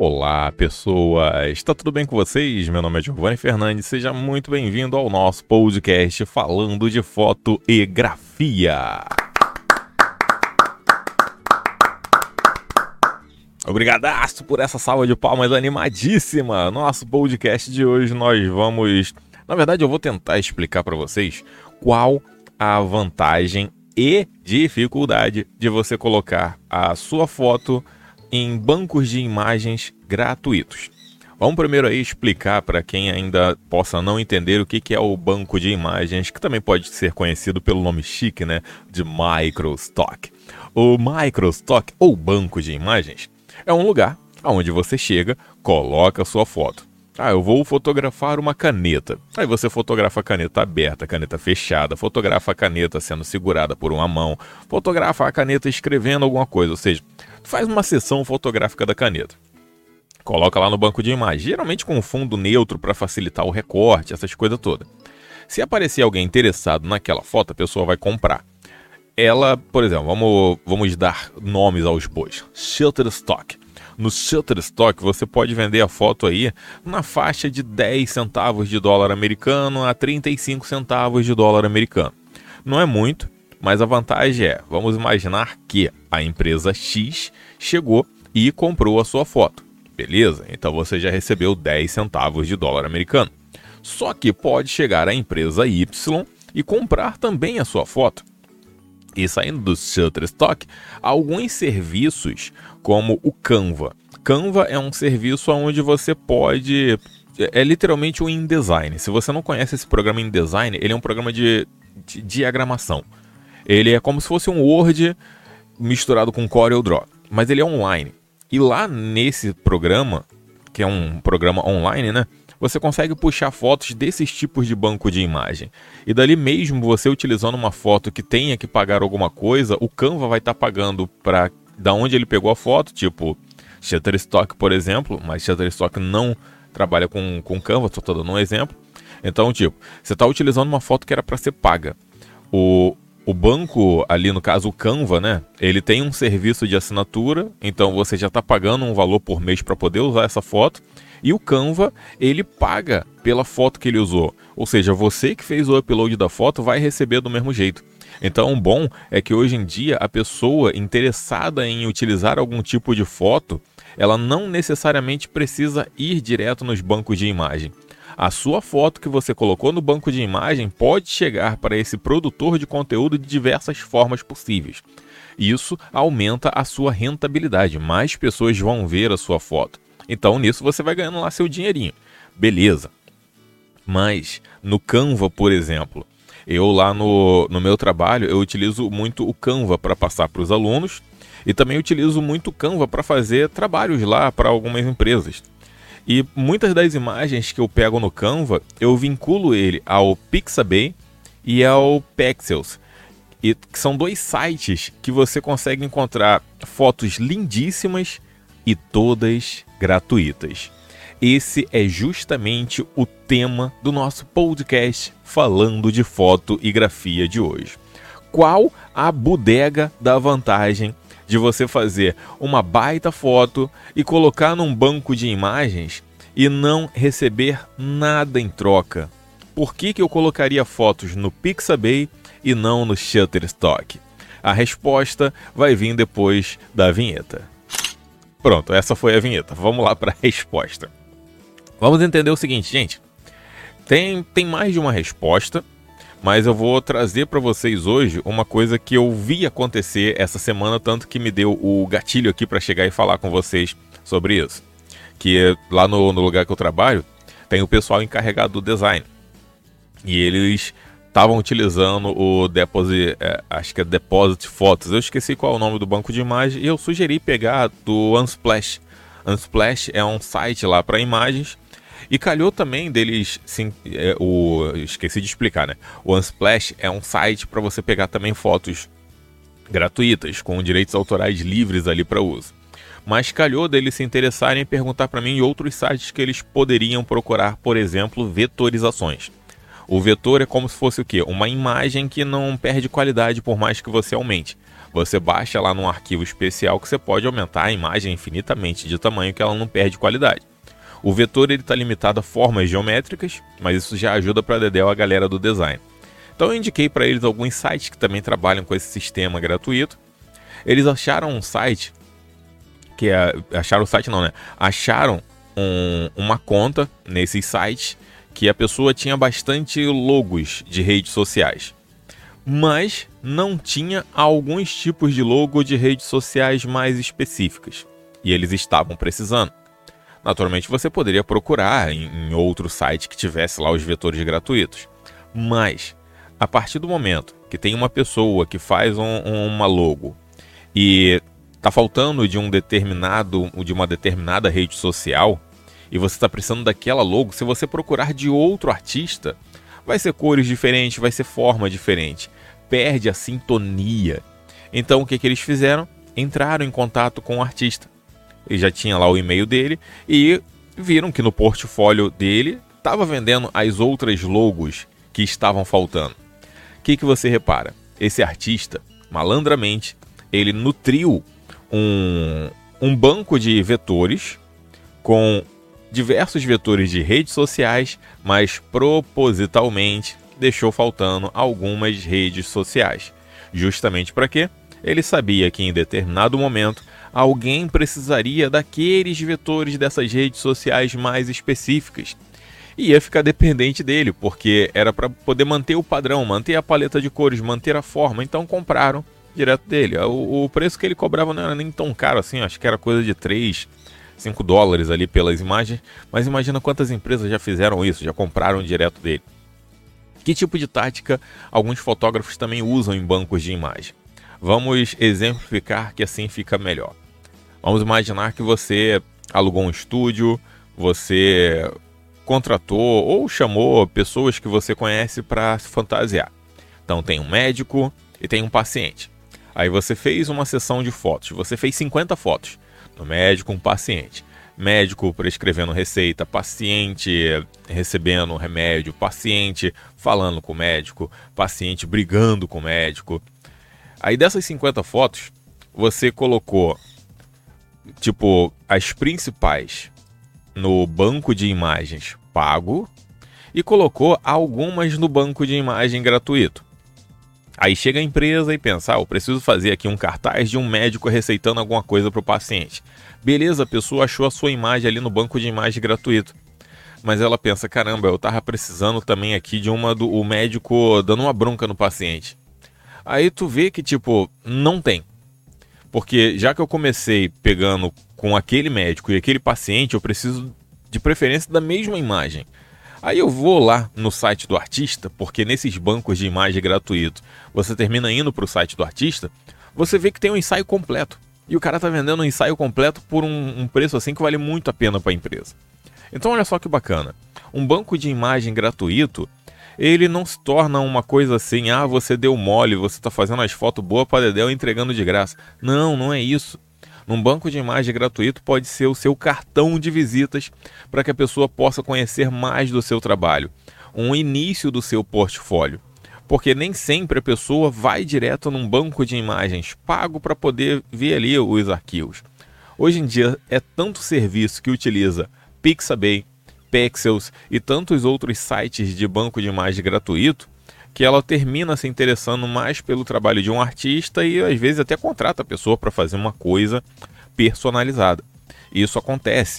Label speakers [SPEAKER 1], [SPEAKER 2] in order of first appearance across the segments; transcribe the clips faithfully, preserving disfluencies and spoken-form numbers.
[SPEAKER 1] Olá, pessoas! Está tudo bem com vocês? Meu nome é Giovanni Fernandes, seja muito bem-vindo ao nosso podcast falando de foto e grafia. Obrigadaço por essa salva de palmas animadíssima! Nosso podcast de hoje nós vamos... Na verdade, eu vou tentar explicar para vocês qual a vantagem e dificuldade de você colocar a sua foto em bancos de imagens gratuitos. Vamos primeiro aí explicar para quem ainda possa não entender o que é o banco de imagens, que também pode ser conhecido pelo nome chique, né, de microstock. O microstock, ou banco de imagens, é um lugar onde você chega, coloca a sua foto. Ah, eu vou fotografar uma caneta. Aí você fotografa a caneta aberta, a caneta fechada, fotografa a caneta sendo segurada por uma mão, fotografa a caneta escrevendo alguma coisa, ou seja, faz uma sessão fotográfica da caneta. Coloca lá no banco de imagens, geralmente com um fundo neutro para facilitar o recorte, essas coisas todas. Se aparecer alguém interessado naquela foto, a pessoa vai comprar. Ela, por exemplo, vamos, vamos dar nomes aos bois. Shutterstock. No Shutterstock você pode vender a foto aí na faixa de dez centavos de dólar americano a trinta e cinco centavos de dólar americano. Não é muito, mas a vantagem é, vamos imaginar que a empresa X chegou e comprou a sua foto. Beleza? Então você já recebeu dez centavos de dólar americano. Só que pode chegar a empresa Y e comprar também a sua foto. E saindo do Shutterstock, alguns serviços como o Canva. Canva é um serviço onde você pode... É literalmente um InDesign. Se você não conhece esse programa InDesign, ele é um programa de, de diagramação. Ele é como se fosse um Word misturado com CorelDRAW, mas ele é online. E lá nesse programa, que é um programa online, né? Você consegue puxar fotos desses tipos de banco de imagem. E dali mesmo, você utilizando uma foto que tenha que pagar alguma coisa, o Canva vai estar pagando para da onde ele pegou a foto, tipo Shutterstock, por exemplo, mas Shutterstock não trabalha com, com Canva, só estou dando um exemplo. Então, tipo, você está utilizando uma foto que era para ser paga. O, o banco, ali no caso o Canva, né? Ele tem um serviço de assinatura, então você já está pagando um valor por mês para poder usar essa foto. E o Canva, ele paga pela foto que ele usou. Ou seja, você que fez o upload da foto vai receber do mesmo jeito. Então, o bom é que hoje em dia a pessoa interessada em utilizar algum tipo de foto, ela não necessariamente precisa ir direto nos bancos de imagem. A sua foto que você colocou no banco de imagem pode chegar para esse produtor de conteúdo de diversas formas possíveis. Isso aumenta a sua rentabilidade. Mais pessoas vão ver a sua foto. Então, nisso você vai ganhando lá seu dinheirinho. Beleza. Mas, no Canva, por exemplo, eu lá no, no meu trabalho, eu utilizo muito o Canva para passar para os alunos e também utilizo muito o Canva para fazer trabalhos lá para algumas empresas. E muitas das imagens que eu pego no Canva, eu vinculo ele ao Pixabay e ao Pexels, e, que são dois sites que você consegue encontrar fotos lindíssimas e todas gratuitas. Esse é justamente o tema do nosso podcast falando de foto e grafia de hoje. Qual a bodega da vantagem de você fazer uma baita foto e colocar num banco de imagens e não receber nada em troca? Por que que eu colocaria fotos no Pixabay e não no Shutterstock? A resposta vai vir depois da vinheta. Pronto, essa foi a vinheta. Vamos lá para a resposta. Vamos entender o seguinte, gente. Tem, tem mais de uma resposta, mas eu vou trazer para vocês hoje uma coisa que eu vi acontecer essa semana, tanto que me deu o gatilho aqui para chegar e falar com vocês sobre isso. Que lá no, no lugar que eu trabalho, tem o pessoal encarregado do design. E eles estavam utilizando o Deposit, é, acho que é Deposit Photos. Eu esqueci qual é o nome do banco de imagem e eu sugeri pegar do Unsplash. Unsplash é um site lá para imagens. E calhou também deles, sim, é, o, esqueci de explicar, né? O Unsplash é um site para você pegar também fotos gratuitas, com direitos autorais livres ali para uso. Mas calhou deles se interessarem e perguntar para mim em outros sites que eles poderiam procurar, por exemplo, vetorizações. O vetor é como se fosse o quê? Uma imagem que não perde qualidade por mais que você aumente. Você baixa lá num arquivo especial que você pode aumentar a imagem infinitamente de tamanho que ela não perde qualidade. O vetor está limitado a formas geométricas, mas isso já ajuda para dedéu a galera do design. Então eu indiquei para eles alguns sites que também trabalham com esse sistema gratuito. Eles acharam um site, que é, acharam o site não, né? Acharam um, uma conta nesses sites que a pessoa tinha bastante logos de redes sociais, mas não tinha alguns tipos de logo de redes sociais mais específicas, e eles estavam precisando. Naturalmente você poderia procurar em, em outro site que tivesse lá os vetores gratuitos, mas a partir do momento que tem uma pessoa que faz um, uma logo e está faltando de um determinado, de uma determinada rede social, e você está precisando daquela logo, se você procurar de outro artista, vai ser cores diferentes, vai ser forma diferente, perde a sintonia. Então o que, que eles fizeram? Entraram em contato com o artista. Ele já tinha lá o e-mail dele e viram que no portfólio dele estava vendendo as outras logos que estavam faltando. O que, que você repara? Esse artista, malandramente, ele nutriu um, um banco de vetores com diversos vetores de redes sociais, mas propositalmente deixou faltando algumas redes sociais. Justamente para quê? Ele sabia que em determinado momento alguém precisaria daqueles vetores dessas redes sociais mais específicas. E ia ficar dependente dele, porque era para poder manter o padrão, manter a paleta de cores, manter a forma. Então compraram direto dele. O, o preço que ele cobrava não era nem tão caro assim, acho que era coisa de três, cinco dólares ali pelas imagens. Mas imagina quantas empresas já fizeram isso, já compraram direto dele. Que tipo de tática alguns fotógrafos também usam em bancos de imagem? Vamos exemplificar que assim fica melhor. Vamos imaginar que você alugou um estúdio, você contratou ou chamou pessoas que você conhece para se fantasiar. Então tem um médico e tem um paciente. Aí você fez uma sessão de fotos, você fez cinquenta fotos do médico, um paciente. Médico prescrevendo receita, paciente recebendo remédio, paciente falando com o médico, paciente brigando com o médico. Aí dessas cinquenta fotos, você colocou tipo as principais no banco de imagens pago e colocou algumas no banco de imagem gratuito. Aí chega a empresa e pensa, ah, eu preciso fazer aqui um cartaz de um médico receitando alguma coisa para o paciente. Beleza, a pessoa achou a sua imagem ali no banco de imagem gratuito. Mas ela pensa, caramba, eu tava precisando também aqui de uma do o médico dando uma bronca no paciente. Aí tu vê que, tipo, não tem. Porque já que eu comecei pegando com aquele médico e aquele paciente, eu preciso de preferência da mesma imagem. Aí eu vou lá no site do artista, porque nesses bancos de imagem gratuito, você termina indo para o site do artista, você vê que tem um ensaio completo. E o cara tá vendendo um ensaio completo por um, um preço assim que vale muito a pena para a empresa. Então olha só que bacana. Um banco de imagem gratuito, ele não se torna uma coisa assim, ah, você deu mole, você está fazendo as fotos boas para dedéu e entregando de graça. Não, não é isso. Num banco de imagem gratuito pode ser o seu cartão de visitas para que a pessoa possa conhecer mais do seu trabalho. Um início do seu portfólio. Porque nem sempre a pessoa vai direto num banco de imagens pago para poder ver ali os arquivos. Hoje em dia é tanto serviço que utiliza Pixabay, Pexels e tantos outros sites de banco de imagem gratuito que ela termina se interessando mais pelo trabalho de um artista e às vezes até contrata a pessoa para fazer uma coisa personalizada. E isso acontece.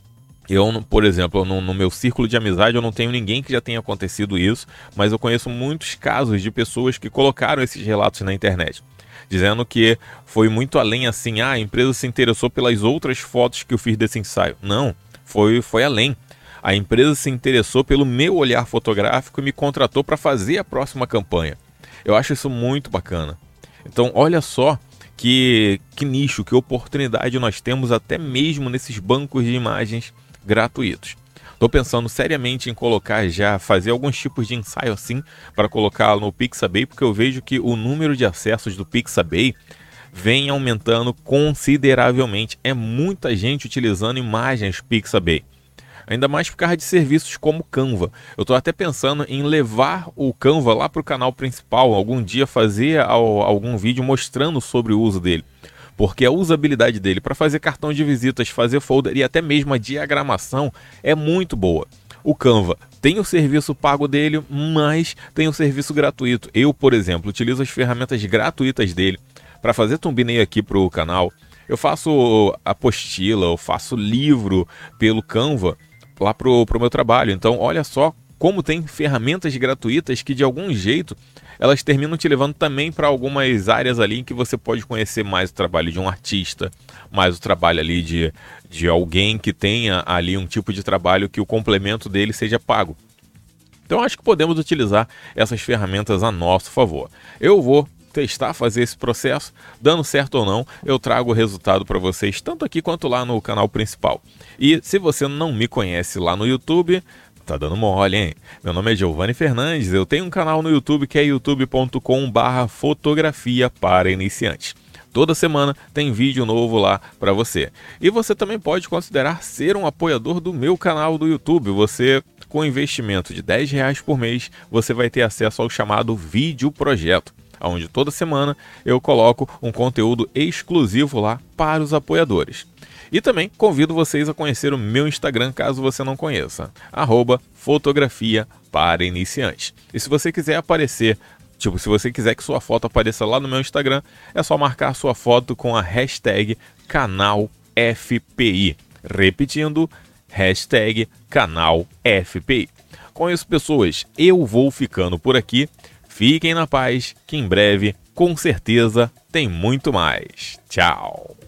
[SPEAKER 1] Eu, por exemplo, no, no meu círculo de amizade eu não tenho ninguém que já tenha acontecido isso, mas eu conheço muitos casos de pessoas que colocaram esses relatos na internet, dizendo que foi muito além assim, ah, a empresa se interessou pelas outras fotos que eu fiz desse ensaio. Não, foi, foi além. A empresa se interessou pelo meu olhar fotográfico e me contratou para fazer a próxima campanha. Eu acho isso muito bacana. Então, olha só que, que nicho, que oportunidade nós temos até mesmo nesses bancos de imagens gratuitos. Estou pensando seriamente em colocar já, fazer alguns tipos de ensaio assim para colocar no Pixabay, porque eu vejo que o número de acessos do Pixabay vem aumentando consideravelmente. É muita gente utilizando imagens Pixabay. Ainda mais por causa de serviços como o Canva. Eu estou até pensando em levar o Canva lá para o canal principal, algum dia fazer algum vídeo mostrando sobre o uso dele. Porque a usabilidade dele para fazer cartão de visitas, fazer folder e até mesmo a diagramação é muito boa. O Canva tem o serviço pago dele, mas tem o serviço gratuito. Eu, por exemplo, utilizo as ferramentas gratuitas dele para fazer thumbnail aqui para o canal. Eu faço apostila, eu faço livro pelo Canva lá pro, pro meu trabalho. Então, olha só como tem ferramentas gratuitas que, de algum jeito, elas terminam te levando também para algumas áreas ali em que você pode conhecer mais o trabalho de um artista, mais o trabalho ali de, de alguém que tenha ali um tipo de trabalho que o complemento dele seja pago. Então, acho que podemos utilizar essas ferramentas a nosso favor. Eu vou testar, fazer esse processo, dando certo ou não, eu trago o resultado para vocês, tanto aqui quanto lá no canal principal. E se você não me conhece lá no YouTube, tá dando mole, hein? Meu nome é Giovanni Fernandes, eu tenho um canal no YouTube que é youtube ponto com barra fotografia para iniciantes. Toda semana tem vídeo novo lá para você. E você também pode considerar ser um apoiador do meu canal do YouTube. Você, com investimento de dez reais por mês, você vai ter acesso ao chamado Vídeo Projeto, onde toda semana eu coloco um conteúdo exclusivo lá para os apoiadores. E também convido vocês a conhecer o meu Instagram, caso você não conheça, arroba fotografia para iniciantes. E se você quiser aparecer, tipo, se você quiser que sua foto apareça lá no meu Instagram, é só marcar sua foto com a hashtag canal F P I. Repetindo, hashtag canal F P I. Com isso, pessoas, eu vou ficando por aqui. Fiquem na paz, que em breve, com certeza, tem muito mais. Tchau!